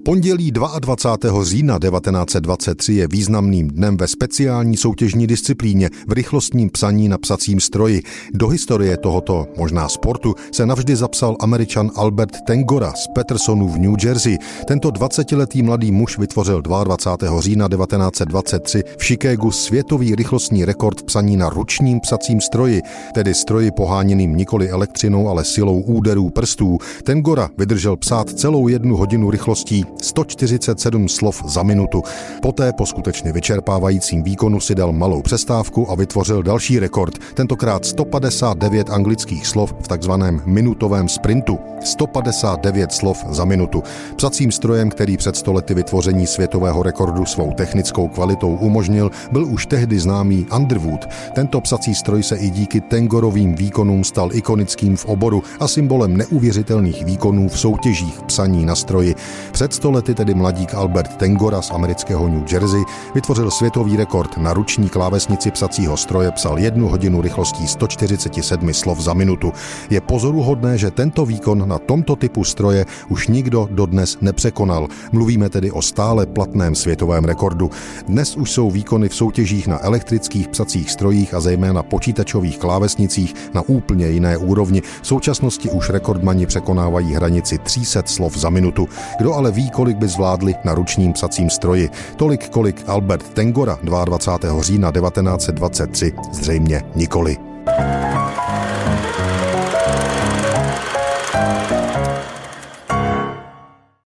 Pondělí 22. října 1923 je významným dnem ve speciální soutěžní disciplíně v rychlostním psaní na psacím stroji. Do historie tohoto možná sportu se navždy zapsal Američan Albert Tengora z Patersonu v New Jersey. Tento 20letý mladý muž vytvořil 22. října 1923 v Chicagu světový rychlostní rekord psaní na ručním psacím stroji, tedy stroji poháněným nikoli elektřinou, ale silou úderů prstů. Tengora vydržel psát celou 1 hodinu rychlostí 147 slov za minutu. Poté po skutečně vyčerpávajícím výkonu si dal malou přestávku a vytvořil další rekord, tentokrát 159 anglických slov v takzvaném minutovém sprintu. 159 slov za minutu. Psacím strojem, který před 100 lety vytvoření světového rekordu svou technickou kvalitou umožnil, byl už tehdy známý Underwood. Tento psací stroj se i díky Tengorovým výkonům stal ikonickým v oboru a symbolem neuvěřitelných výkonů v soutěžích psaní na stroji. Před 100 lety tedy mladík Albert Tengora z amerického New Jersey vytvořil světový rekord. Na ruční klávesnici psacího stroje psal 1 hodinu rychlostí 147 slov za minutu. Je pozoruhodné, že tento výkon na tomto typu stroje už nikdo dodnes nepřekonal. Mluvíme tedy o stále platném světovém rekordu. Dnes už jsou výkony v soutěžích na elektrických psacích strojích a zejména počítačových klávesnicích na úplně jiné úrovni. V současnosti už rekordmani překonávají hranici 300 slov za minutu. Kdo ale ví, kolik by zvládli na ručním psacím stroji? Tolik, kolik Albert Tengora 22. října 1923, zřejmě nikoli.